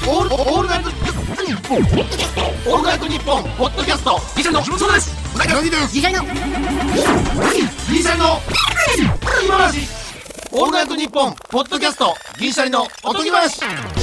オールナイトニッポンオールナイトニッポンポッドキャストギシャリの木本そうです。うなぎです。ギシャリの今話オールナイトニッポンポッドキャストギシャリのおとぎ話。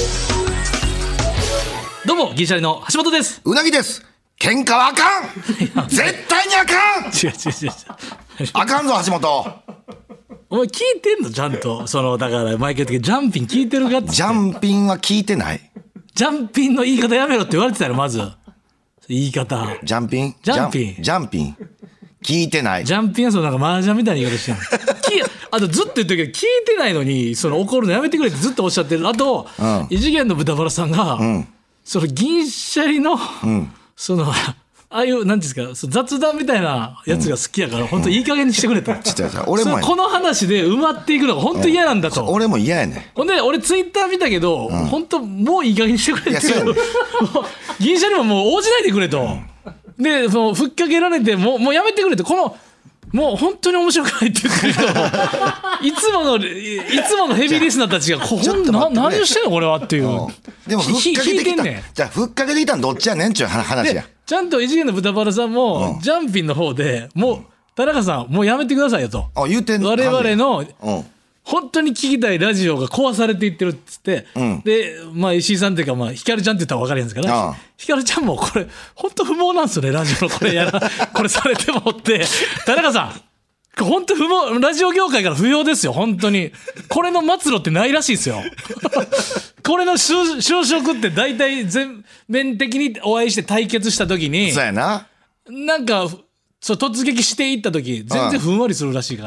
どうもギシャリの橋本です。 うなぎです。喧嘩はあかん絶対にあかん違うあかんぞ橋本。 お前聞いてんのちゃんと。だから毎回言う時ジャンピン聞いてるかって。 ジャンピンは聞いてない。 ジャンピンの言い方やめろって言われてたよ。まず言い方ジャンピン聞いてない。 ジャンピンはなんか麻雀みたいな言い方してるあとずっと言ってるけど聞いてないのに怒るのやめてくれってずっとおっしゃってる。あと、異次元の豚バラさんが、銀シャリの、ああいうなんていうんですか雑談みたいなやつが好きやから、本当いい加減にしてくれと。俺もこの話で埋まっていくのが本当嫌なんだと。 俺も嫌やね。 ほんで俺ツイッター見たけど、本当もういい加減にしてくれっていう。銀シャリももう応じないでくれと。でふっかけられてもうやめてくれと。もう本当に面白くないって言ってるけどいつものヘビーリスナーたちが何をしてんのこれはっていう。 でもふっかけてきた。じゃあふっかけてきたのどっちやねんっちゅう話や。 ちゃんと異次元の豚バラさんも、ジャンピンの方でもう田中さんもうやめてくださいよと。 言うてんの。 我々の本当に聞きたいラジオが壊されていってるっつって、で石井さんっていうかヒカルちゃんって言ったら分かりやすいんですからヒカルちゃんもこれ本当不毛なんですよねラジオのこれされてもって田中さん本当不毛。ラジオ業界から不要ですよ本当に。これの末路ってないらしいですよこれの就職って大体全面的にお会いして対決した時にそうやな。 なんか突撃していった時全然ふんわりするらしいから、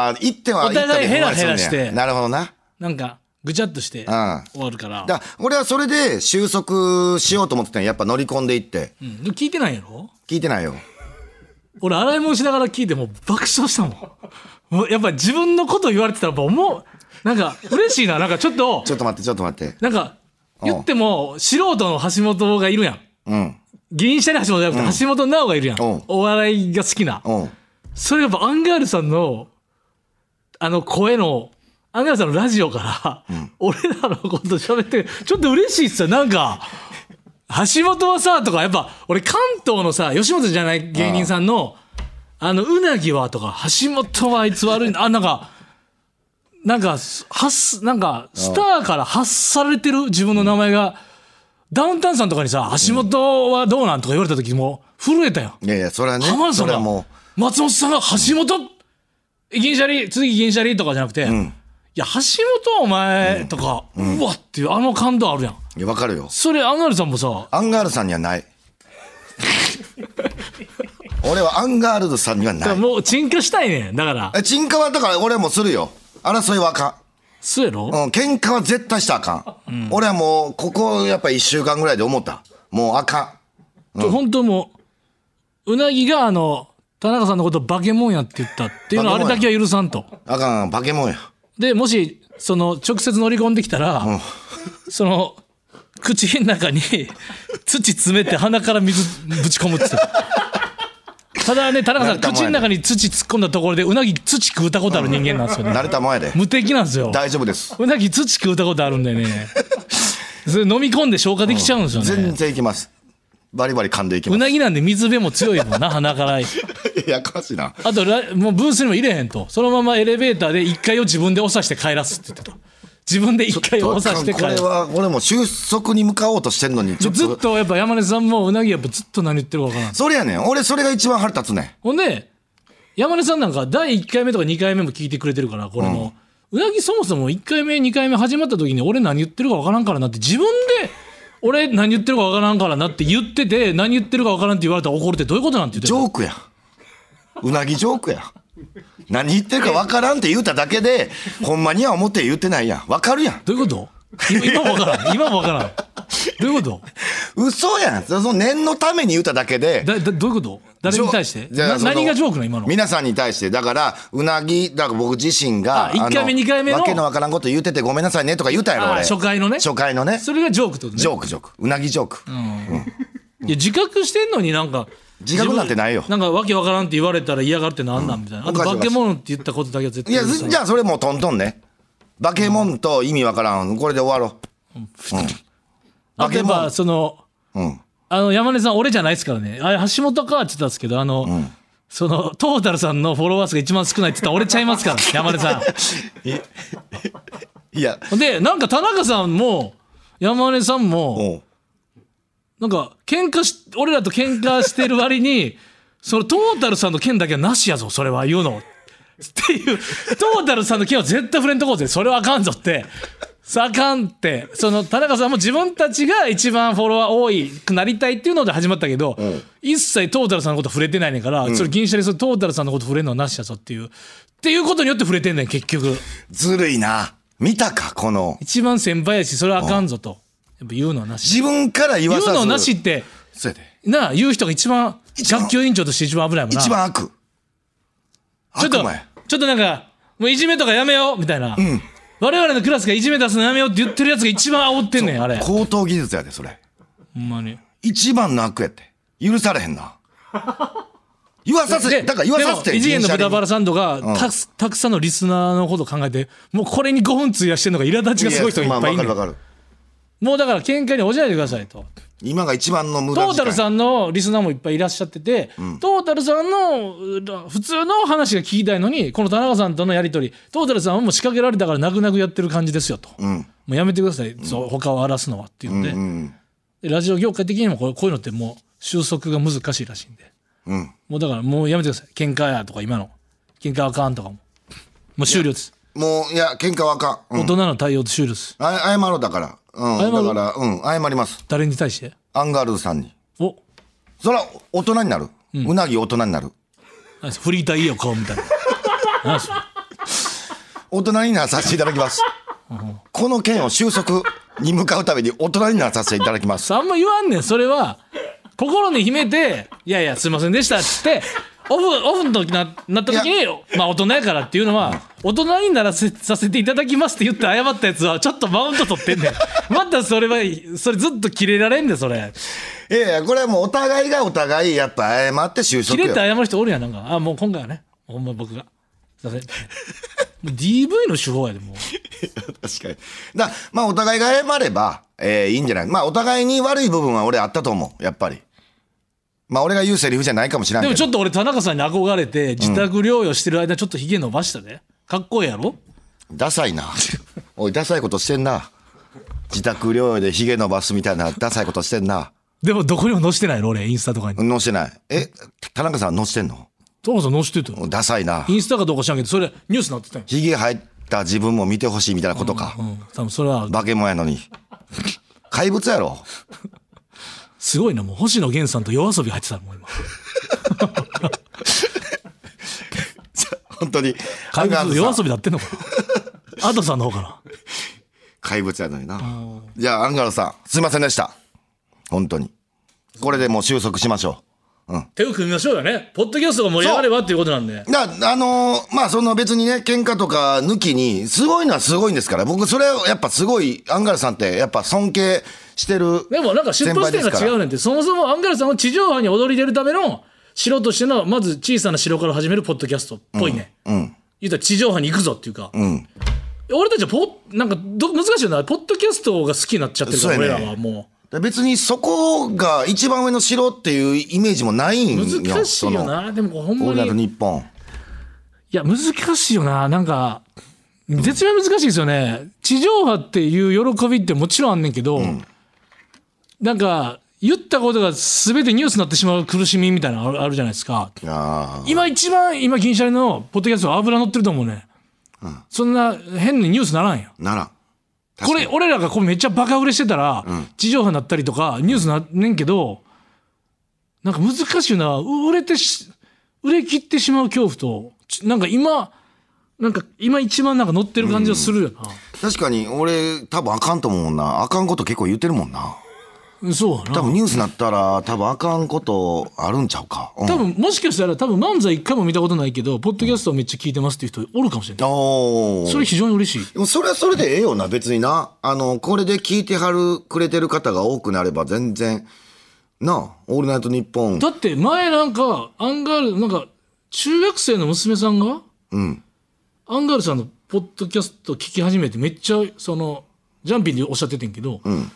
行ってはお互いヘラヘラしてなるほどな。 なんかぐちゃっとして終わるから、 俺はそれで収束しようと思ってたんや。やっぱ乗り込んでいって、 聞いてないやろ。 聞いてないよ。 俺洗い物しながら聞いてもう爆笑したもんもうやっぱり自分のこと言われてたらなんか嬉しいな。なんかちょっと待ってなんか言っても素人の橋本がいるやん。銀シャリ橋本じゃなくて橋本直がいるやん。お笑いが好きな。それやっぱアンガールさんの声のアンガールさんのラジオから、俺らのこと喋ってちょっと嬉しいっすよ。なんか橋本はさとかやっぱ俺関東のさ吉本じゃない芸人さんのうなぎはとか橋本はあいつ悪いなんかスターから発されてる自分の名前がダウンタウンさんとかにさ橋本はどうなんとか言われた時も震えたよ。 いやそれはね。 浜田さんが松本さんが橋本銀シャリ次銀シャリとかじゃなくて、いや橋本お前とか、うわっていう感動あるやん。 いや分かるよ。 それアンガールさんもさ。 アンガールさんにはない俺はアンガールさんにはない。 もう沈下したいねん。だから沈下はだから俺もするよ。争いはあかん。 そうやろ。 喧嘩は絶対したらあかん。俺はもうここやっぱ1週間ぐらいで思った。もうあかん。本当もうなぎが田中さんのことバケモンやって言ったっていうのはあれだけは許さんと。 あかんバケモンや。 でもし直接乗り込んできたら、口の中に土詰めて鼻から水ぶち込むって言ってただね田中さん口の中に土突っ込んだところでうなぎ土食うたことある人間なんですよね。 慣れたもんやで。 無敵なんですよ。 大丈夫です。 うなぎ土食うたことあるんでねそれ飲み込んで消化できちゃうんですよね。 全然いきます。バリバリ噛んでいきます。 うなぎなんで水辺も強いもんな鼻からやかましいな。 あともうブースにも入れへんと。そのままエレベーターで1階を自分で押さして帰らすって言ってた。自分で1階を押さして帰らす。 これは俺も収束に向かおうとしてんのにずっとやっぱ山根さんもうなぎやっぱずっと何言ってるか分からん。 それやねん。俺それが一番腹立つねん。 ほんで山根さんなんか第1回目とか2回目も聞いてくれてるからこれの、うなぎそもそも1回目2回目始まった時に俺何言ってるか分からんからなって自分で俺何言ってるか分からんからなって言ってて何言ってるか分からんって言われたら怒るってどういうことなんて言ってる。 ジョークや。うなぎジョークや。何言ってるか分からんって言うただけでほんまには思って言ってないやん。分かるやん。 どういうこと。今も分からん今も分からん。どういうこと。 嘘やん。その念のために言うただけで。 どういうこと。誰に対して何がジョークな今の。 皆さんに対して。だからうなぎだから僕自身が 1回目2回目のわけの分からんこと言うててごめんなさいねとか言うたやろ俺。 初回のね。それがジョークってことね。 ジョークうなぎジョーク。 いや自覚してんのになんか自覚なんてないよ。 なんかわけわからんって言われたら嫌がるってなんなんみたいな。あと化け物って言ったことだけは絶対。 いやじゃあそれもうトントンね。化け物と意味わからんこれで終わろう。 あとやっぱその、山根さん俺じゃないですからね。あれ橋本かって言ったんですけど、そのトータルさんのフォロワー数が一番少ないって言ったら俺ちゃいますから山根さん。 いやでなんか田中さんも山根さんもなんか俺らと喧嘩してる割にそのトータルさんの件だけはなしやぞそれは言うのっていうトータルさんの件は絶対触れんとこうぜそれはあかんぞってあかんってその田中さんも自分たちが一番フォロワー多くなりたいっていうので始まったけど、一切トータルさんのこと触れてないねんから、それ銀シャリトータルさんのこと触れるのはなしやぞっていうことによって触れてんねん結局。 ずるいな。見たかこの一番先輩やしそれはあかんぞとやっぱ言うのはなし。 自分から言わさず言うのなしってそうやでなあ言う人が一番学級委員長として一番危ないもんな。 一番悪ちょっとなんかもういじめとかやめようみたいな、我々のクラスがいじめ出すのやめようって言ってるやつが一番煽ってんねんあれ。 高等技術やでそれ。 ほんまに一番の悪やって許されへんな。言わさせて異次元の豚バラさんとか、たくさんのリスナーのことを考えてもうこれに5分費やしてんのが苛立ちがすごい人がいっぱいいる、 わかるもうだから喧嘩に応じないでくださいと。 今が一番の無駄時間。 トータルさんのリスナーもいっぱいいらっしゃってて、トータルさんの普通の話が聞きたいのにこの田中さんとのやり取りトータルさんはもう仕掛けられたから泣く泣くやってる感じですよと、もうやめてください、他を荒らすのはって言って、でラジオ業界的にもこういうのってもう収束が難しいらしいんで、もうだからもうやめてください。喧嘩やとか今の喧嘩あかんとかもう終了です。 もういや喧嘩はあかん、 大人の対応と終了です。 謝ろうだから、だから謝ります。 誰に対して？ アンガールズさんに。そら大人になる、うなぎ大人になる。 フリーターいいよ顔みたいな大人にならさせていただきます。この件を収束に向かうために大人にならさせていただきます。 あんま言わんねんそれは。心に秘めていやいやすいませんでしたっつってオフの時なった時にまあ大人やからっていうのは大人にならさせていただきますって言って謝ったやつはちょっとマウント取ってんねんまたそれずっとキレられんねんそれ。 いやこれはもうお互いがお互いやっぱ謝って収束よ。 キレって謝る人おるやんなんかもう今回はねほんま僕がすいませんもう DV の手法やでもう確かにまあお互いが謝れば、いいんじゃない。まあお互いに悪い部分は俺あったと思うやっぱり。まあ俺が言うセリフじゃないかもしれないけど。 でもちょっと俺田中さんに憧れて自宅療養してる間ちょっとヒゲ伸ばしたで、かっこいいやろ。 ダサいなおいダサいことしてんな。自宅療養でヒゲ伸ばすみたいなダサいことしてんな。 でもどこにも載せてないの俺インスタとかに載せてない。田中さん載せてんの？ 田中さん載せてたよ。 ダサいな。 インスタかどうか知らんけどそれニュースになってたよ。 ヒゲ生えた自分も見てほしいみたいなことか、 多分それは化け物やのに怪物やろすごいなもう星野源さんと夜遊び入ってたもう今本当に怪物夜遊びなってんのかなアドさんの方かな怪物やのにな。じゃあアンガールさんすいませんでした本当に。これでもう収束しましょう。手を組みましょうよね。ポッドキャストが盛り上がればっていうことなんで。 まあその別にね喧嘩とか抜きにすごいのはすごいんですから僕それをやっぱすごいアンガールさんってやっぱ尊敬してる。 でもなんか出発点が違うねんって。そもそもアンガールさんは地上波に躍り出るための城としてのまず小さな城から始めるポッドキャストっぽいね、言ったら地上波に行くぞっていうか、俺たちはなんか難しいよな。ポッドキャストが好きになっちゃってるから、俺らはもう別にそこが一番上の城っていうイメージもないんよ。 難しいよな。でもほんまにオールナイトニッポンいや難しいよな。なんか絶妙難しいですよね。地上波っていう喜びってもちろんあんねんけど、なんか言ったことが全てニュースになってしまう苦しみみたいなのあるじゃないですか。今銀シャリのポッドキャストは油乗ってると思うね、そんな変にニュースならんやならん。 これ俺らがこれめっちゃバカ売れしてたら、地上波になったりとかニュースなんねんけど、なんか難しいよな。売れ切ってしまう恐怖となんか今一番なんか乗ってる感じがするよな、 確かに俺多分あかんと思うもんな。あかんこと結構言ってるもんな。 そうやな。 多分ニュースなったら多分あかんことあるんちゃうか、 多分もしかしたら漫才一回も見たことないけどポッドキャストをめっちゃ聞いてますっていう人おるかもしれない、それ非常に嬉しい。 でもそれはそれでええよな別にな。これで聞いてくれてる方が多くなれば全然な。オールナイトニッポンだって前なんかアンガールなんか中学生の娘さんが、アンガールさんのポッドキャスト聞き始めてめっちゃそのジャンピンでおっしゃっててんけど、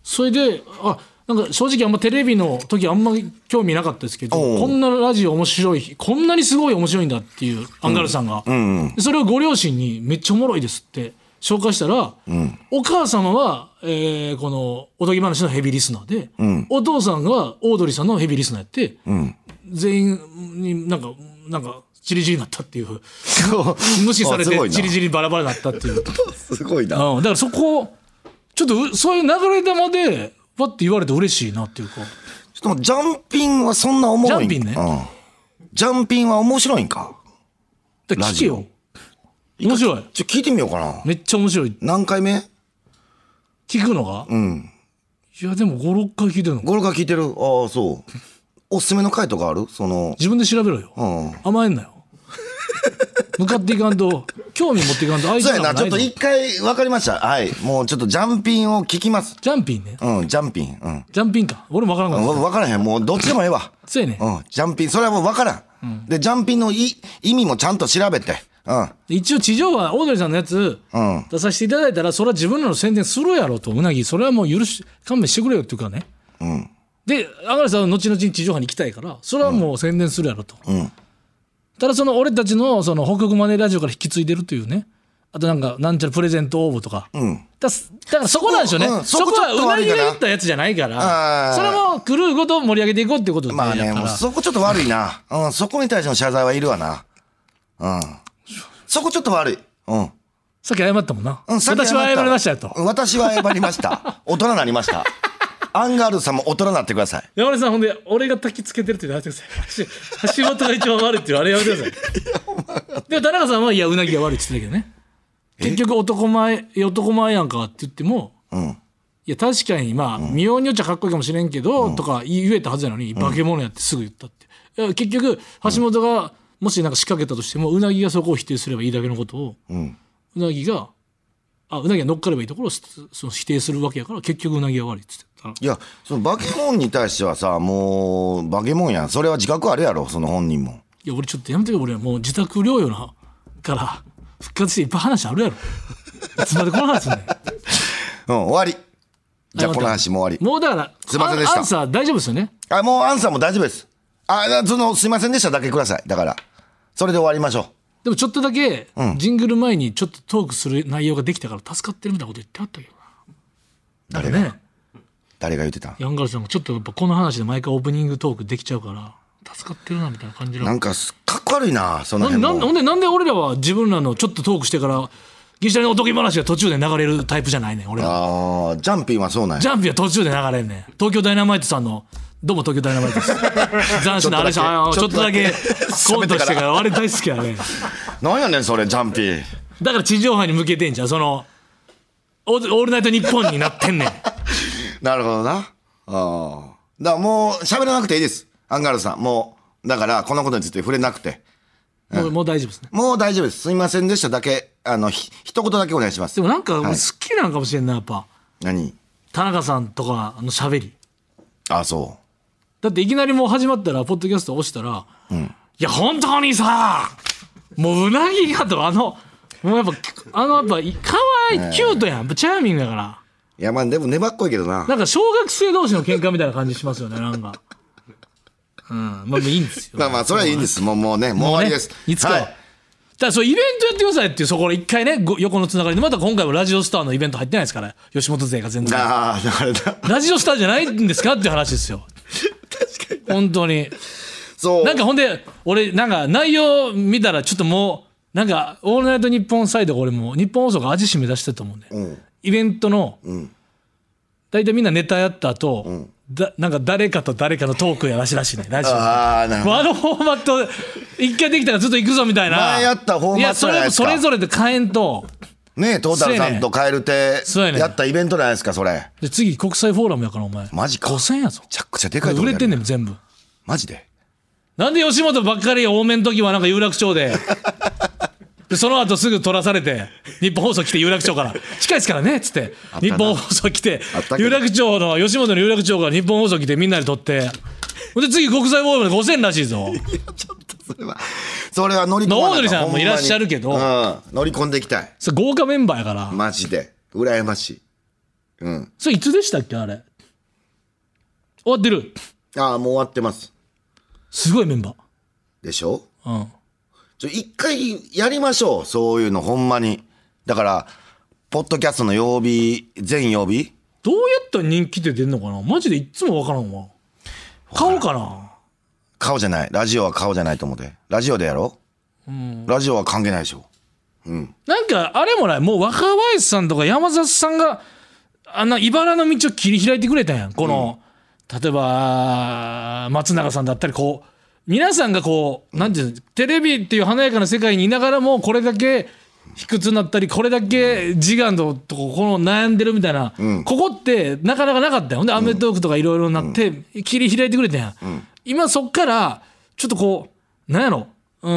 それでなんか正直あんまテレビの時あんまり興味なかったですけど、こんなラジオ面白い、こんなにすごい面白いんだっていうアンガールズさんが、でそれをご両親にめっちゃおもろいですって紹介したら、お母様は、このおとぎ話のヘビーリスナーで、お父さんがオードリーさんのヘビーリスナーやって、全員になんかチリチリになったっていう無視されてチリチリバラバラになったっていうすごいな、 だからそこちょっとそういう流れ玉でパッて言われて嬉しいなっていうか。 ちょっとジャンピンはそんなおもろいんジャンピンね、 ジャンピンは面白いんか。 聞けよ、面白い。 聞いてみようかな。 めっちゃ面白い。 何回目聞くのが、いやでも 5,6 回聞いてるの。 5,6 回聞いてる。ああそう。おすすめの回とかある？ 自分で調べろよ、甘えんなよ向かっていかんと興味持っていかんと相手そうやな。ちょっと一回分かりました。はい、もうちょっとジャンピンを聞きます。 ジャンピンね。 ジャンピン。 ジャンピンか。俺も分からんかった。 分からへん。もうどっちでもええわ。 そうやね。 ジャンピン、それはもう分からん。でジャンピンの意味もちゃんと調べて。 一応地上波オードリーさんのやつ出させていただいたら、それは自分らの宣伝するやろと。うなぎそれはもう勘弁してくれよっていうかね。でアンガールズさんは後々に地上波に行きたいから、それはもう宣伝するやろと。ただ俺たちの北国マネーラジオから引き継いでるというね。あとなんちゃらプレゼント応募とか、だからそこなんでしょうね。そこはうなぎが言ったやつじゃないから、それもクルーごと盛り上げていこうってことで、 まあね、そこちょっと悪いな。そこに対しての謝罪はいるわな。そこちょっと悪い。 さっき謝ったもんな。私は謝りましたよと。 私は謝りました。大人になりました。アンガールズさんも大人になってください。 山根さん、ほんで俺が焚きつけてるって言われてください。橋本が一番悪いっていうあれやめてください。でも田中さんはいやうなぎが悪いって言ってたけどね。結局男前やんかって言っても、いや確かにまあ見ようによっちゃかっこいいかもしれんけど、とか言えたはずなのに、化け物やってすぐ言ったって。いや結局橋本がもしなんか仕掛けたとしても、うなぎがそこを否定すればいいだけのことを、うなぎが乗っかればいいところをその否定するわけやから、結局うなぎが悪いって言ってた。 いやその化け物に対してはさ、もう化け物やん。それは自覚あるやろ、その本人も。 いや俺ちょっとやめてよ。俺はもう自宅療養なから復活していっぱい話あるやろ。いつまでこの話すんねん。 終わり。じゃあこの話もう終わり。 もうだからすいませんでした。 アンサー大丈夫ですよね。 もうアンサーも大丈夫です。すいませんでしただけください。だからそれで終わりましょう。 でもちょっとだけ、ジングル前にちょっとトークする内容ができたから助かってるみたいなこと言ってあったけどな。誰が言ってた？ヤンガールズさんもちょっとやっぱこの話で毎回オープニングトークできちゃうから助かってるなみたいな感じ。 なんかかっこ悪いなその辺も。 なんで俺らは自分らのちょっとトークしてから銀シャリのおとぎ話が途中で流れるタイプじゃないねん俺は。 ジャンピンはそうなんや。 ジャンピンは途中で流れんねん。東京ダイナマイトさんのどうも東京ダイナマイトです。斬新なあれしちょっとだけコントしてからあれ大好きやね。 なんやねんそれジャンピン。 だから地上波に向けてんじゃん。オールナイトニッポンになってんねん。 なるほどな。だからもう喋らなくていいです。アンガールズさんもうだからこのことについて触れなくて、 もう大丈夫ですね。 もう大丈夫です。すいませんでしただけ一言だけお願いします。 でもなんか好きなんかもしれんなやっぱ。 何？ 田中さんとかの喋り。 そう。 だっていきなりもう始まったらポッドキャスト押したら、いや本当にさもううなぎがともうやっぱやっぱかわいいキュートやん。やっぱチャーミングだから。 いやまあでも粘っこいけどな。 なんか小学生同士の喧嘩みたいな感じしますよねなんか。まあいいんですよ。 まあそれはいいんです。もうねもう終わりです。 いつか。だからそうイベントやってくださいっていうそこ一回ね横のつながりでまた今回もラジオスターのイベント入ってないですから吉本勢が全然。 だからラジオスターじゃないんですかっていう話ですよ。確かに。本当に。 そう。 なんかほんで俺なんか内容見たらちょっともうなんかオールナイトニッポンサイドが俺も日本放送が味しめ出してると思うんで、イベントの大体みんなネタやった後、なんか誰かと誰かのトークやらしいねラジオ。 なるほど。 フォーマット一回できたらずっと行くぞみたいな。 前やったフォーマットじゃないですか。いやそれぞれで変えんと。 ねトータルさんとカエルテやったイベントじゃないですかそれ。 で次国際フォーラムやからお前。 マジか。 5000やぞ。 めちゃくちゃでかいとこ売れてんねん全部。 マジで。なんで吉本ばっかり多めの時はなんか有楽町でその後すぐ取らされて日本放送来て有楽町から近いですからねっつって日本放送来て有楽町の吉本の有楽町から日本放送来てみんなで撮ってで次国際フォーラムで5000らしいぞ。 ちょっとそれは乗り込まない。 オードリーさんもいらっしゃるけど、 乗り込んでいきたい。 それ豪華メンバーやからマジで羨ましい。 それいつでしたっけあれ。終わってる。 ああ、もう終わってます。 すごいメンバー。 でしょ？ うん。 一回やりましょう。そういうのほんまに。だから、ポッドキャストの曜日、全曜日どうやったら人気って出んのかなマジでいつもわからんわ。顔かな。 顔じゃない。ラジオは顔じゃないと思うで。ラジオでやろう、ラジオは関係ないでしょ。 なんかあれもないもう若林さんとか山里さんがあんな茨の道を切り開いてくれたんやんこの、例えば松永さんだったりこう皆さんがこうなんていうのテレビっていう華やかな世界にいながらもこれだけ卑屈になったりこれだけ自我のとこの悩んでるみたいな、ここってなかなかなかったよ。ほんでアメトーークとかいろいろなって切り開いてくれたやん、今そっからちょっとこうなんやろ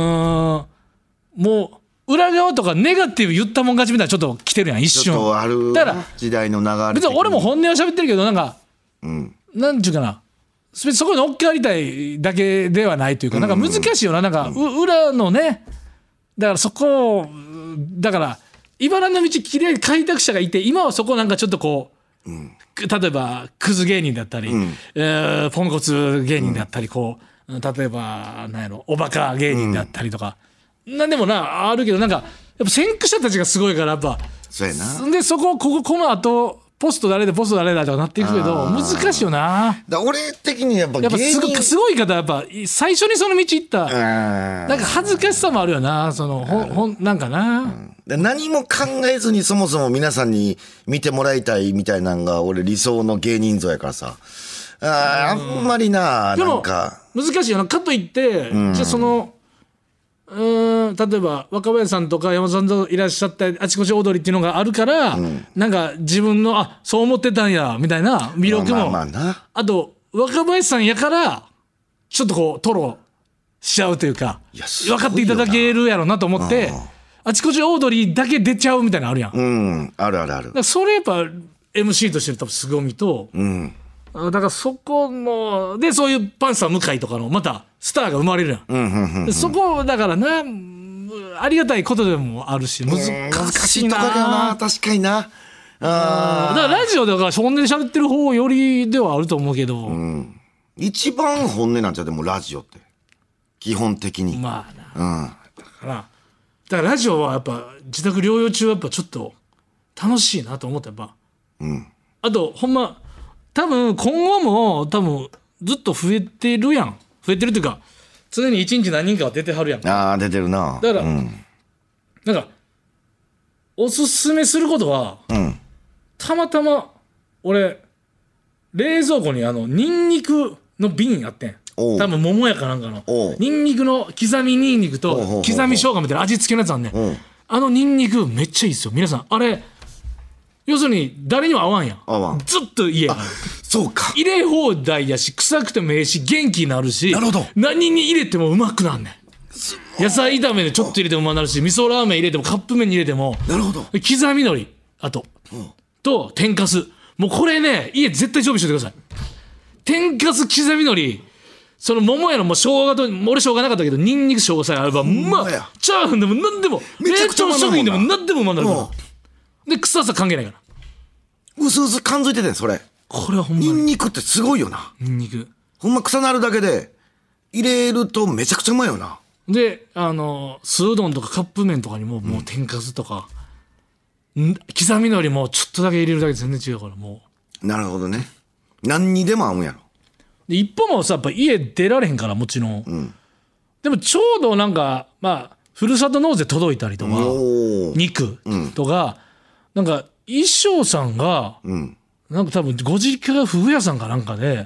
もう裏側とかネガティブ言ったもん勝ちみたいなちょっと来てるやん一瞬。 ちょっとあるだから時代の流れ。 別に俺も本音は喋ってるけどなんか、なんちゅうかなそこに乗っかりたいだけではないというかなんか難しいよななんか裏のねだからそこをだから茨の道きれい開拓者がいて今はそこなんかちょっとこう、例えばクズ芸人だったり、ポンコツ芸人だったりこう、例えばなんやろおバカ芸人だったりとか。なんでもなあるけどなんかやっぱ先駆者たちがすごいからやっぱそうやな。 でこの後ポスト誰でポスト誰だとかなっていくけど難しいよな。 だ俺的にやっぱすごい方やっぱ最初にその道行ったなんか恥ずかしさもあるよなそのなんかな、 何も考えずにそもそも皆さんに見てもらいたいみたいなのが俺理想の芸人像やからさあんまりななんか難しいよなかといって、じゃあその例えば若林さんとか山里さんといらっしゃったあちこち踊りっていうのがあるから、なんか自分のそう思ってたんやみたいな魅力も、あと若林さんやからちょっとこうトロしちゃうというか分かっていただけるやろなと思ってあちこち踊りだけ出ちゃうみたいなのあるやん、 あるあるある。 だからそれやっぱ MC としての多分凄みと、だからそこのでそういうパンサー向井とかのまたスターが生まれるやん、そこだからなありがたいことでもあるし難しいな。 とこだよな確かにな。 だからラジオで本音で喋ってる方よりではあると思うけど、 一番本音なんちゃうでもラジオって基本的にまあな、だからラジオはやっぱ自宅療養中はやっぱちょっと楽しいなと思ったやっぱ、あとほんま多分今後も多分ずっと増えてるやん。増えてるというか常に1日何人かは出てはるやん。 出てるな。 だから、なんかおすすめすることは、たまたま俺冷蔵庫にニンニクの瓶あってん。多分桃やかなんかのニンニクの刻みニンニクと刻み生姜みたいな味付けのやつあんねん。ニンニクめっちゃいいっすよ皆さん。あれ要するに誰にも合わんやん。ずっと家やからそうか入れ放題やし臭くてもええし元気になるし、 なるほど何に入れてもうまくなんねん。野菜炒めでちょっと入れてもうまくなるし味噌ラーメン入れてもカップ麺に入れても。 なるほど。 刻み海苔あと、と天かすもうこれね家絶対常備しててください。天かす刻み海苔その桃屋のもう生姜と俺生姜なかったけどニンニク生姜さえあればチャーハンでも何でもめちゃくちゃうまいもんな。 冷凍食品でも何でもうまくなるからで臭さ関係ないからうすうす感づいててんそれ。 これはほんまにニンニクってすごいよな。 ニンニクほんま臭なるだけで入れるとめちゃくちゃうまいよな。 で酢うどんとかカップ麺とかにももう天かすとか、刻み海苔もちょっとだけ入れるだけで全然違うからもう。なるほどね。何にでも合うんやろ。 で一歩もさやっぱ家出られへんからもちろん、でもちょうどなんかふるさと納税届いたりとか肉とか、なんか衣装さんが、なんか多分ご実家がフグ屋さんかなんかで、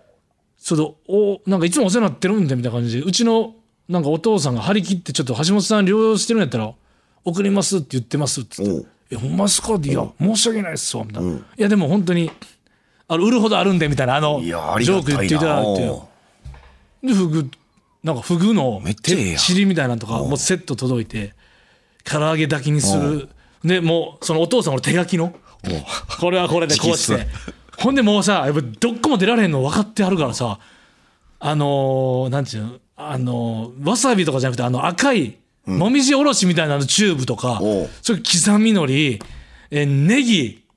なんかいつもお世話になってるんでみたいな感じでうちのなんかお父さんが張り切ってちょっと橋本さん療養してるんやったら送りますって言ってますって言ってほんまですかっていや申し訳ないっすわみたいな、いやでも本当に売るほどあるんでみたいなジョーク言っていただいてでなんかフグの尻みたいなのとかもうセット届いて唐揚げ炊きにするでもうそのお父さんの手書きのこれはこれでこうしてほんでもうさやっぱどっこも出られへんの分かってあるからさなんていうのわさびとかじゃなくて赤いもみじおろしみたいなチューブとかそれ刻み海苔ネギ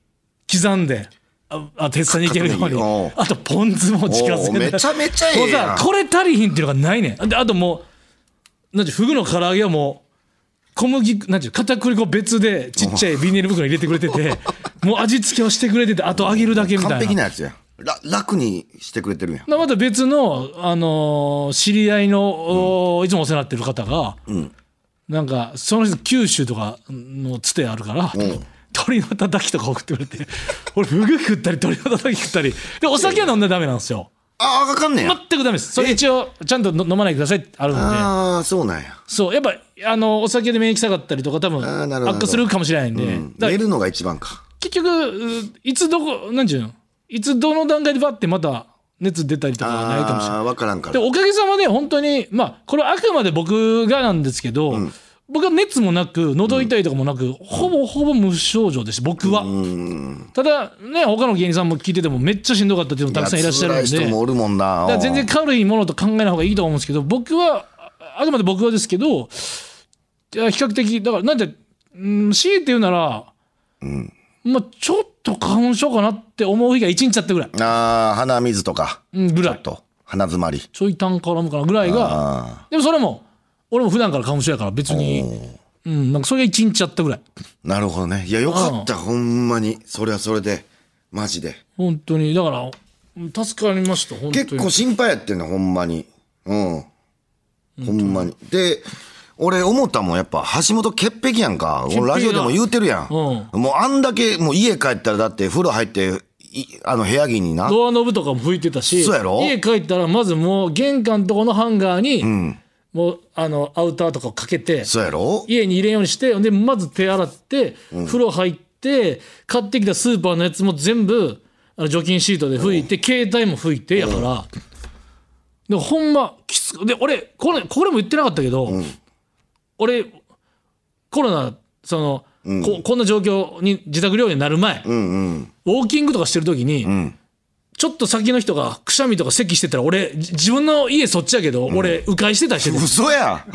刻んで鉄さにいけるように、あとポン酢も自家製で、 めちゃめちゃええやん。 もうさこれ足りひんっていうのがないねん。であともうなんてフグの唐揚げはもう小麦なんていう片栗粉別でちっちゃいビニール袋に入れてくれててもう味付けをしてくれてて、あと揚げるだけみたいな。 完璧なやつや。楽にしてくれてるやん。 また別の、知り合いの、いつもお世話になってる方が、なんかその人九州とかのつてあるから、鶏のたたきとか送ってくれて俺フグ食ったり鶏のたたき食ったりで、お酒は飲んだらダメなんですよ。 あかんねんや。 全くダメです。それ一応ちゃんと飲まないでくださいってあるので。 ああそうなんや。 そうやっぱお酒で免疫下がったりとか多分悪化するかもしれないんで、 寝るのが一番か。 結局いつなんていうの、いつどの段階でバッてまた熱出たりとかはないかもしれない。 分からんから。 でおかげさまで本当にこれはあくまで僕がなんですけど、僕は熱もなく喉痛いとかもなく、ほぼ無症状です僕は。ただね他の芸人さんも聞いててもめっちゃしんどかったっていうのもたくさんいらっしゃるんで、 辛い人もおるもんな。 だから全然軽いものと考えない方がいいと思うんですけど、僕はあくまで僕はですけど、比較的だからなんて強いて言うなら、ちょっと花粉症かなって思う日が1日あったぐらい。 鼻水とかぐらい。 ちょっと鼻詰まりちょい痰絡むかなぐらいが。でもそれも俺も普段から花粉症やから別に、なんかそれが1日あったぐらい。 なるほどね。いやよかった、ほんまに。それはそれでマジで本当にだから助かりました本当に。 結構心配やってんのほんまに。ほんまに。で俺思ったもん、やっぱ橋本潔癖やんか。ラジオでも言うてるやん。もうあんだけもう家帰ったらだって風呂入って部屋着になドアノブとかも拭いてたし、 そうやろ。 家帰ったらまずもう玄関とこのハンガーに、もうアウターとかをかけて、 そうやろ。 家に入れんようにして、でまず手洗って、風呂入って買ってきたスーパーのやつも全部除菌シートで拭いて、携帯も拭いてやから、でほんまきつで俺これも言ってなかったけど、俺コロナこんな状況に自宅療養になる前、ウォーキングとかしてる時に、ちょっと先の人がくしゃみとか咳してたら俺自分の家そっちやけど、俺迂回してたりしてて。 嘘やだ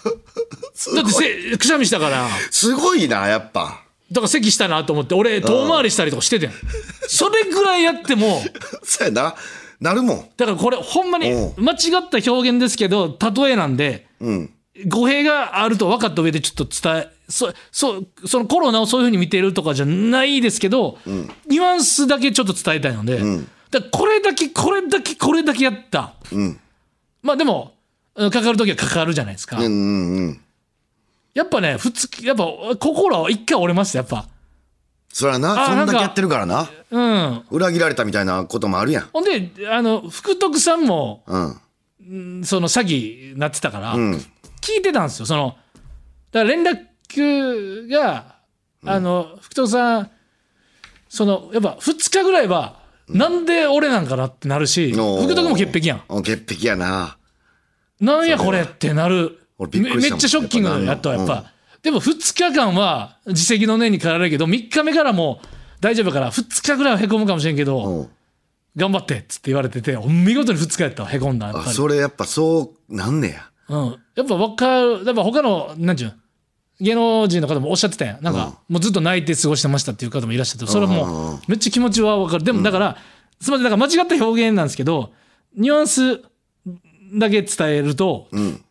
ってくしゃみしたからすごいなやっぱ。 だから咳したなと思って俺遠回りしたりとかしててん。それぐらいやってもそうやなるもん。 だからこれほんまに間違った表現ですけど例えなんで、語弊があると分かった上でちょっと伝えそのコロナをそういう風に見てるとかじゃないですけど、ニュアンスだけちょっと伝えたいので、だからこれだけやった、でもかかる時はかかるじゃないですか、やっぱねやっぱ心は一回折れましたやっぱ。 それはなそんだけやってるからな、裏切られたみたいなこともあるやん。 ほんで福徳さんも、その詐欺なってたから、聞いてたんですよ。だから連絡が福徳さんやっぱ2日ぐらいは、なんで俺なんかなってなるし、福徳も潔癖やん。 潔癖やな。 なんやこれってなる。めっちゃショッキングやったわやっぱ。でも2日間は自責の念に駆られるけど、3日目からもう大丈夫から2日ぐらいはへこむかもしれんけど、頑張ってっつって言われてて、見事に2日やったわ。へこんだやっぱり。 それやっぱそうなんねや。 やっぱ分かる。やっぱ他のなんちゅう芸能人の方もおっしゃってたやん。なんかもうずっと泣いて過ごしてましたっていう方もいらっしゃって、それはもうめっちゃ気持ちは分かる。でもだからすみません、だから間違った表現なんですけど、ニュアンスだけ伝えると、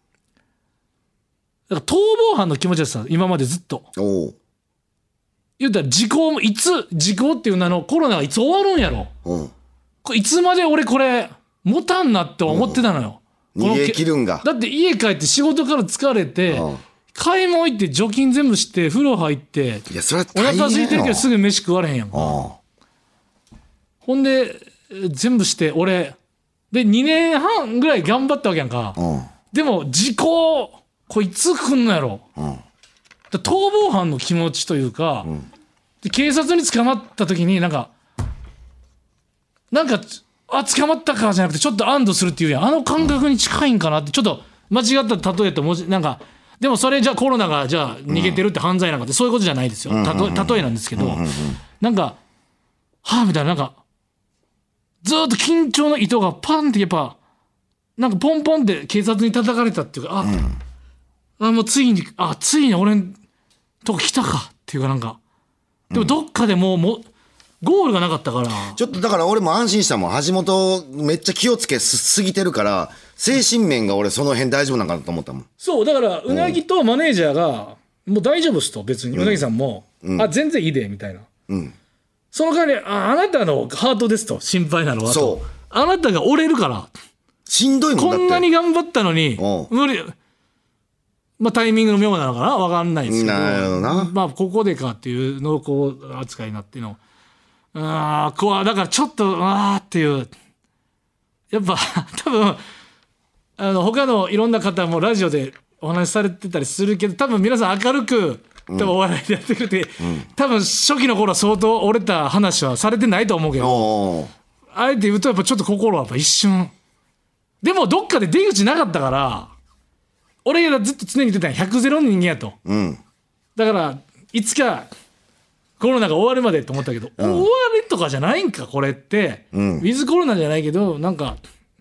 だから逃亡犯の気持ちですよ今までずっと。言うたら時効っていう名のコロナがいつ終わるんやろ、これいつまで俺これ持たんなって思ってたのよ、 逃げ切るんが。 だって家帰って仕事から疲れて、買い物行って除菌全部して風呂入って、 いやそれはお腹空いてるけどすぐ飯食われへんやんか。ほんで全部して俺で2年半ぐらい頑張ったわけやんか、でも時効これいつ来んのやろ、逃亡犯の気持ちというか、で警察に捕まった時になんか捕まったかじゃなくてちょっと安堵するっていうやん、感覚に近いんかなって。ちょっと間違った例えとなんかでもそれじゃコロナがじゃあ逃げてるって犯罪なんかってそういうことじゃないですよ、例えなんですけど、なんかみたいな、なんかずっと緊張の糸がパンってやっぱなんかポンポンって警察に叩かれたっていうか、もうついに俺んとこ来たかっていうか、なんかでもどっかでもうゴールがなかったから。 ちょっとだから俺も安心したもん。橋本めっちゃ気をつけすぎてるから、精神面が俺その辺大丈夫なんかなと思ったもん。 そう、だから、うなぎとマネージャーが、もう大丈夫っすと、別に。うなぎさんも、あ、全然いいで、みたいな。その代わり、あなたのハートですと、心配なのはと。あなたが折れるから。 しんどいもんだって。 こんなに頑張ったのに、無理。まあ、タイミングの妙なのかなわかんないですけど。 なるほどな。 まあ、ここでかっていうのを、こう、扱いになっての。だからちょっと、っていう。やっぱ、多分、他のいろんな方もラジオでお話しされてたりするけど、多分皆さん明るく、多分お笑いでやってくれて、多分初期の頃は相当折れた話はされてないと思うけど、あえて言うとやっぱちょっと心はやっぱ一瞬。でもどっかで出口なかったから、俺がずっと常に言ってたんや、100ゼロの人間やと。だから、いつかコロナが終わるまでと思ったけど、終わりとかじゃないんか、これって。ウィズコロナじゃないけど、なんか、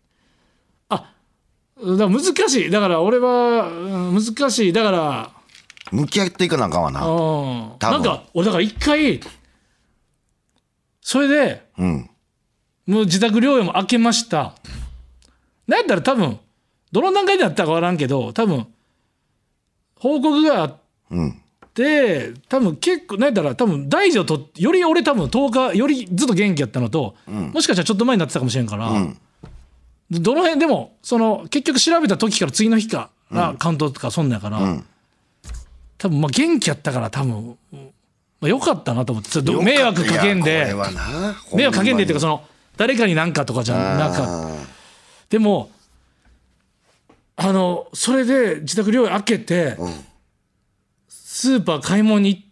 だから難しい。だから俺は、難しい。だから、 向き合っていかなあかんわな。 なんか、俺だから一回、それで、もう自宅療養も明けました。なんやったら多分、どの段階でやったか分からんけど、多分、報告があって、多分結構、なんやったら多分大事をとって、より俺多分10日、よりずっと元気やったのと、もしかしたらちょっと前になってたかもしれんから、どの辺でも、結局調べた時から次の日からカウントとかそんなんやから、多分まあ元気やったから多分、よかったなと思って、迷惑かけんで、迷惑かけんでっていうか誰かに何かとかじゃなかった。でも、それで自宅療養開けて、スーパー買い物に行って、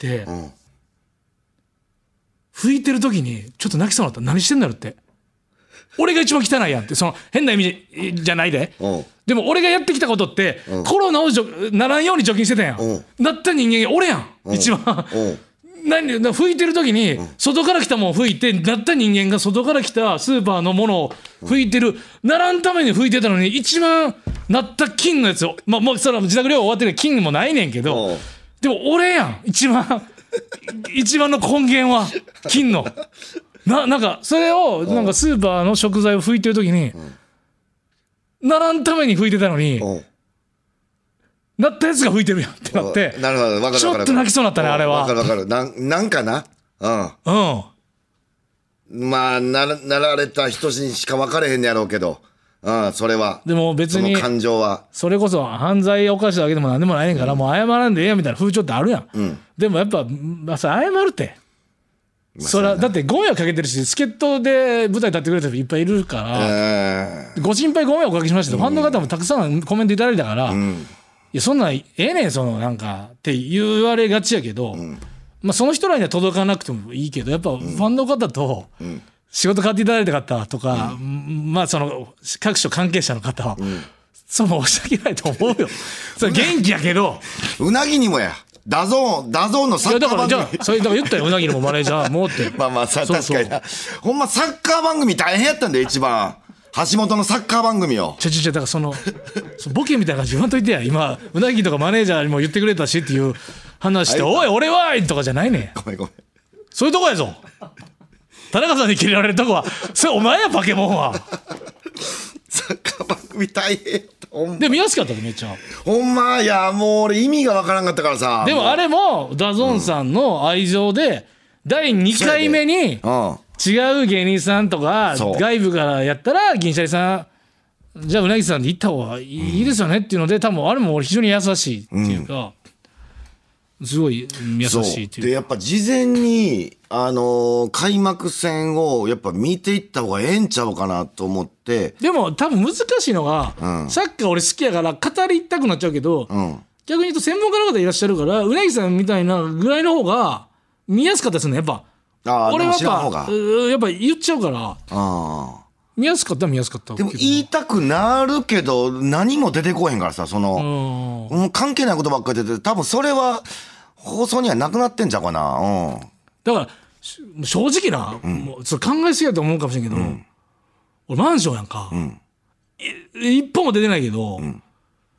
拭いてる時にちょっと泣きそうになった。何してんだろって。俺が一番汚いやんって、変な意味じゃないで。でも俺がやってきたことって、コロナをならんように除菌してたやん。なった人間俺やん、一番。拭いてる時に、外から来たもん拭いて、なった人間が外から来たスーパーのものを拭いてる、ならんために拭いてたのに、一番なった菌のやつを、まあもうそれは自宅療養終わってる菌もないねんけど、でも俺やん、一番の根源は、菌の。なんか、それを、なんかスーパーの食材を拭いてる時に、ならんために拭いてたのに、なったやつが拭いてるやんってなって、 なるほど、分かる。 ちょっと泣きそうになったね、あれは。 分かる。なんかな。まあ、なられた人にしか分かれへんねやろうけど、それは。 でも別に、 感情は。 それこそ犯罪を犯したわけでもなんでもないねんから、もう謝らんでええやみたいな風潮ってあるやん。でもやっぱ、謝るって。それはだってご迷惑かけてるし、助っ人で舞台立ってくれた人いっぱいいるから、ご心配ご迷惑おかけしましたと、ファンの方もたくさんコメントいただいたから、いやそんなんええねんなんかって言われがちやけど、まあその人らには届かなくてもいいけど、やっぱファンの方と仕事買っていただいた方とか、まあ各所関係者の方は、その申し訳ないと思うよ。それ元気やけど。 うなぎにもや。ダゾーンのサッカー番組。 いやだから言ったよ、うなぎのもマネージャーもって。 まあ確かにな。ほんまサッカー番組大変やったんだよ、一番。橋本のサッカー番組よ。 だからボケみたいな感じ言わんといてや。今、うなぎとかマネージャーにも言ってくれたしっていう話して、おい、俺はとかじゃないねん。 ごめん。 そういうとこやぞ。田中さんに切れられるとこは、それお前や、バケモンは。 サッカー番組大変。 で見やすかったでめっちゃ。 ほんま、いやもう俺意味がわからんかったからさ。 でもあれもダゾーンさんの愛情で、第2回目に違う芸人さんとか外部からやったら銀シャリさんじゃあうなぎさんで行った方がいいですよねっていうので、多分あれも非常に優しいっていうか、すごい優しいっていう。 でやっぱ事前に開幕戦をやっぱ見ていった方がええんちゃうかなと思って。 でも多分難しいのが、サッカー俺好きやから語りたくなっちゃうけど、逆に言うと専門家の方いらっしゃるから、うなぎさんみたいなぐらいの方が見やすかったですね、やっぱ。俺はやっぱ言っちゃうから。見やすかった。 でも言いたくなるけど何も出てこへんからさ、関係ないことばっかり出て、多分それは放送にはなくなってんちゃうかな。 だから正直な、もうそれ考えすぎやと思うかもしれんけど、俺マンションやんか、一歩も出てないけど、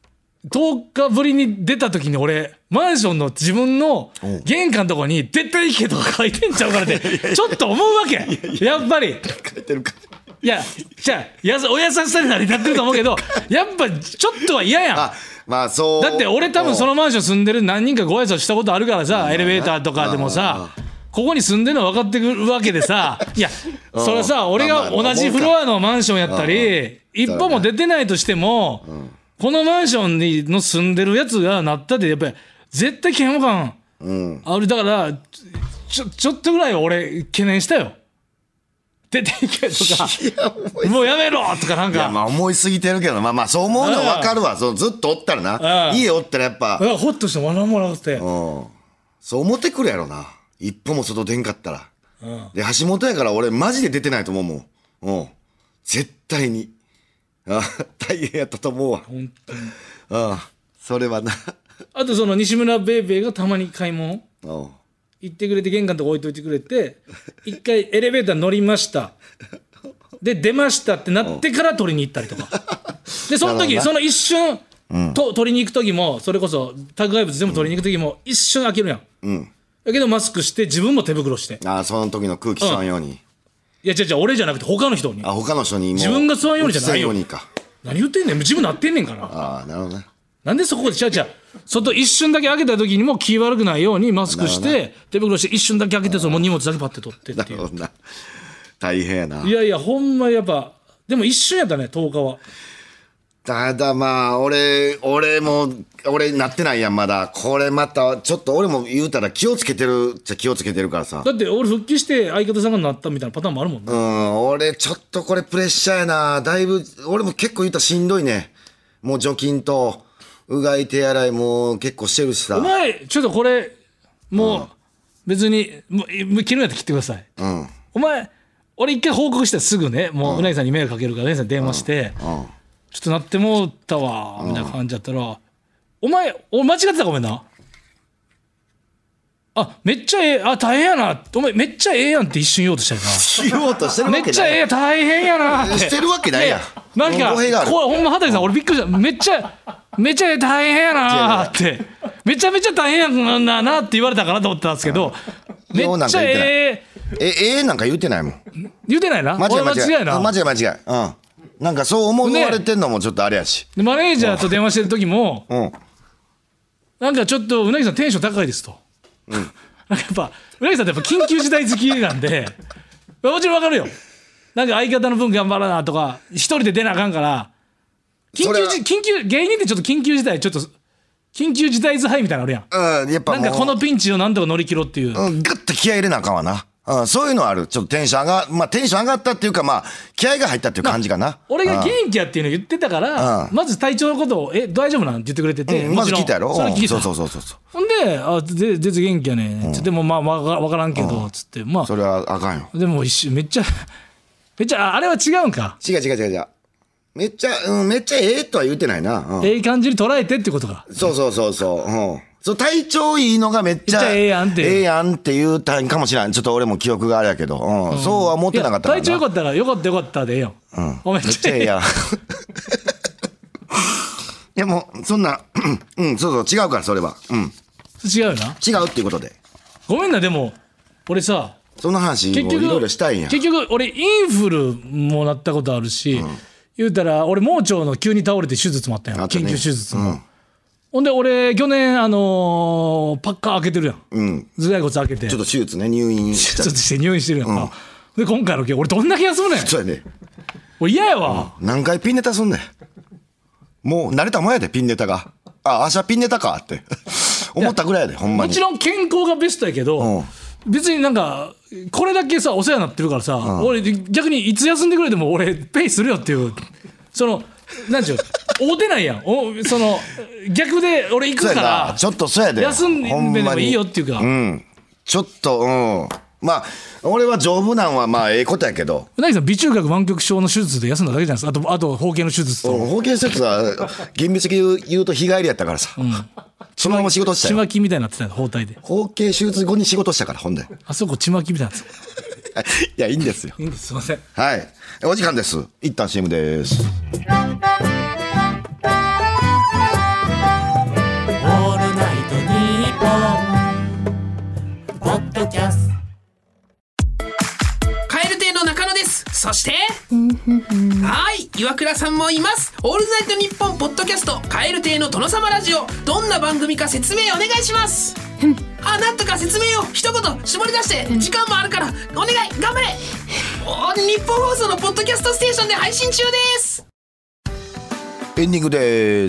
10日ぶりに出た時に俺マンションの自分の玄関のとこに絶対行けとか書いてんちゃうからってちょっと思うわけやっぱり書いてるか。 いやじゃあお優しさに成り立ってると思うけどやっぱちょっとは嫌やん。 まあそうだって俺多分そのマンション住んでる何人かご挨拶したことあるからさ、エレベーターとかでもさここに住んでるの分かってくるわけでさ、いやそれさ俺が同じフロアのマンションやったり一歩も出てないとしてもこのマンションにの住んでるやつがなったってやっぱり絶対嫌悪感ある。だからちょっとぐらいは俺懸念したよ。出ていけとかもうやめろとかなんか。 いやまあ思いすぎてるけどまあそう思うのは分かるわ。そうずっとおったらな家おったらやっぱほっとして笑もらってそう思ってくるやろな。一歩も外出んかったらで橋本やから俺マジで出てないと思うもん。絶対に大変やったと思うわ。 本当にそれはな。 あとその西村ベイベーがたまに買い物行ってくれて玄関のとこ置いといてくれて一回エレベーター乗りましたで出ましたってなってから取りに行ったりとかでその時その一瞬取りに行く時もそれこそ宅配物全部取りに行く時も一瞬開けるやん。だけどマスクして自分も手袋してその時の空気吸わんように。 いや違う俺じゃなくて他の人に他の人にも自分が吸わんようにじゃないよ。 何言ってんねん自分なってんねんから。 なるほどね。 なんでそこで外一瞬だけ開けた時にも気悪くないようにマスクして手袋して一瞬だけ開けてその荷物だけパッて取ってっていう。 大変やな。 いやほんまやっぱでも一瞬やったね10日は。 ただまあ俺なってないやんまだ。これまたちょっと俺も言うたら気をつけてるっちゃ気をつけてるからさ。 だって俺復帰して相方さんがなったみたいなパターンもあるもんね。 俺ちょっとこれプレッシャーやな。だいぶ俺も結構言うたらしんどいね。もう除菌とうがい手洗いも結構してるしさ。 お前ちょっとこれもう別にもう切るんやったら切ってください。お前俺一回報告したらすぐねもううなぎさんに迷惑かけるからうなぎさんに電話してちょっとなってもうたわみたいな感じだったらお前間違ってたかごめんな。めっちゃ大変やなお前めっちゃええやんって一瞬言おうとしたよな。 言おうとしてるわけない。 めっちゃええ大変やなってしてるわけないやん。 なんかこれほんま畑さん俺びっくりした。めっちゃ大変やなってめちゃめちゃ大変やなって言われたかなと思ったんですけどめっちゃなんか言うてないもん。 言うてないな。 間違いな。 間違い。なんかそう思われてんのもちょっとあれやし。 マネージャーと電話してる時もなんかちょっとうなぎさんテンション高いですと。なんかやっぱうなぎさんってやっぱ緊急事態好きなんでもちろんわかるよ。なんか相方の分頑張らなとか一人で出なあかんから緊急芸人ってちょっと緊急事態図配みたいなのあるやん。 やっぱなんかこのピンチをなんとか乗り切ろうっていう。 グッと気合い入れなあかんわな。そういうのある。ちょっとテンション上がったっていうか気合が入ったっていう感じかな。 俺が元気やっていうの言ってたからまず体調のことを大丈夫なんって言ってくれててまず聞いたやろ。 それ聞いた。 そうほんで全然元気やねつっても分からんけどつってそれはあかんよ。 でもめっちゃあれは違うんか。 違うめっちゃええとは言うてないな。 ええ感じに捉えてってことか。 そう体調いいのがめっちゃええやんって言うたんかもしれん。ちょっと俺も記憶があれやけどそうは思ってなかったからな。 体調よかったらよかったでええやん。 めっちゃええやん。いやもうそんなそう違うからそれは違うよな。 違うっていうことでごめんな。でも俺さその話もいろいろしたいんや。 結局俺インフルもなったことあるし言うたら俺盲腸の急に倒れて手術もあったやん。緊急手術もほんで俺去年パッカー開けてるやん。頭蓋骨開けてちょっと手術ね入院して入院してるやんか。で今回の件俺どんな気がするねん。 そうやね。 俺嫌やわ。 何回ピンネタすんねん。もう慣れたもんやでピンネタが。足はピンネタかって思ったぐらいやでほんまに。 もちろん健康がベストやけど別になんかこれだけさお世話になってるからさ俺逆にいつ休んでくれても俺ペイするよっていうそのなんちゅう会うてないやん。その逆で俺行くからちょっとそうやで休んでもいいよっていうかちょっと俺は丈夫なんはええことやけどうなぎさん鼻中隔湾曲症の手術で休んだだけじゃないですか。あと包茎の手術と包茎の手術は厳密に言うと日帰りやったからさそのまま仕事したよ。 ちまきみたいになってたよ包帯で。 包茎手術後に仕事したからほんであそこちまきみたいなやつ。いやいいんですよ。 いいんです。すいません。 はいお時間です。一旦 CM です。 ドキャスト。 蛙亭の中野です。そしてはい岩倉さんもいます。オールナイトニッポンポッドキャスト蛙亭の殿様ラジオ、どんな番組か説明お願いします。なんとか説明を一言絞り出して、時間もあるからお願い頑張れ。日本放送のポッドキャストステーションで配信中です。 エンディングです。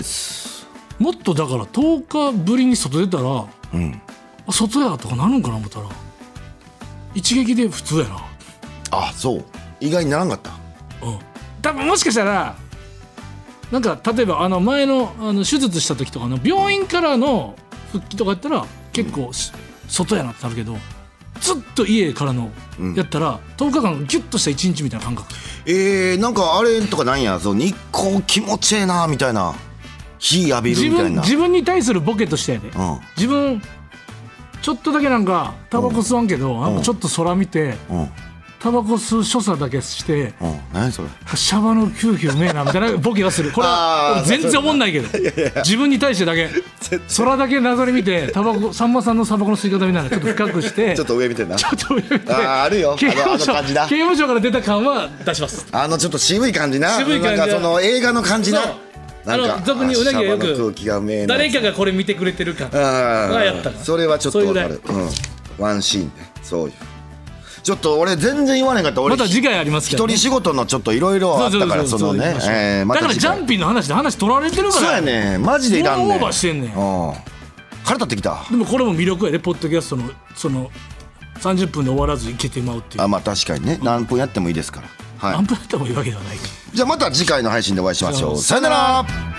もっとだから10日ぶりに外出たら、外やとかなるんかな思ったら一撃で普通やな。 あ、そう意外にならんかった。 多分もしかしたらなんか例えば前の手術した時とかの病院からの復帰とかやったら結構外やなってなるけど、ずっと家からのやったら10日間ギュッとした1日みたいな感覚。 なんかあれとかなんや、そう日光気持ちええなみたいな、火浴びるみたいな。 自分に対するボケとしてやで、自分ちょっとだけなんかタバコ吸わんけど、なんかちょっと空見て、タバコ吸う所作だけして、 何それシャバのキューキューうめえなみたいなボケはする。これは全然思んないけど、自分に対してだけ空だけなぞり見て、タバコさんまさんのタバコの吸い方みたいなちょっと深くしてちょっと上見てんな。 ちょっと上見て、 あるよ、 刑務所感じだ。 刑務所から出た感は出します。 ちょっと渋い感じな。 渋い感じ、 なんかその映画の感じな。 俗にうなぎはよく空気がうめえな、 誰かがこれ見てくれてる感はやったから、 それはちょっと分かる。ワンシーンでそういう。ちょっと俺全然言わないかった。俺また次回ありますけど、 一人仕事のちょっといろいろあったから、そのね、 だからジャンピンの話で話取られてるから。 そうやね、マジでいらんねん。 オーバーしてんねん。 腹立ってきた。 でもこれも魅力やで、ポッドキャストのその30分で終わらずいけてまうっていう。 まあ確かにね、何分やってもいいですから。 何分やってもいいわけではないから。 じゃあまた次回の配信でお会いしましょう。さよなら。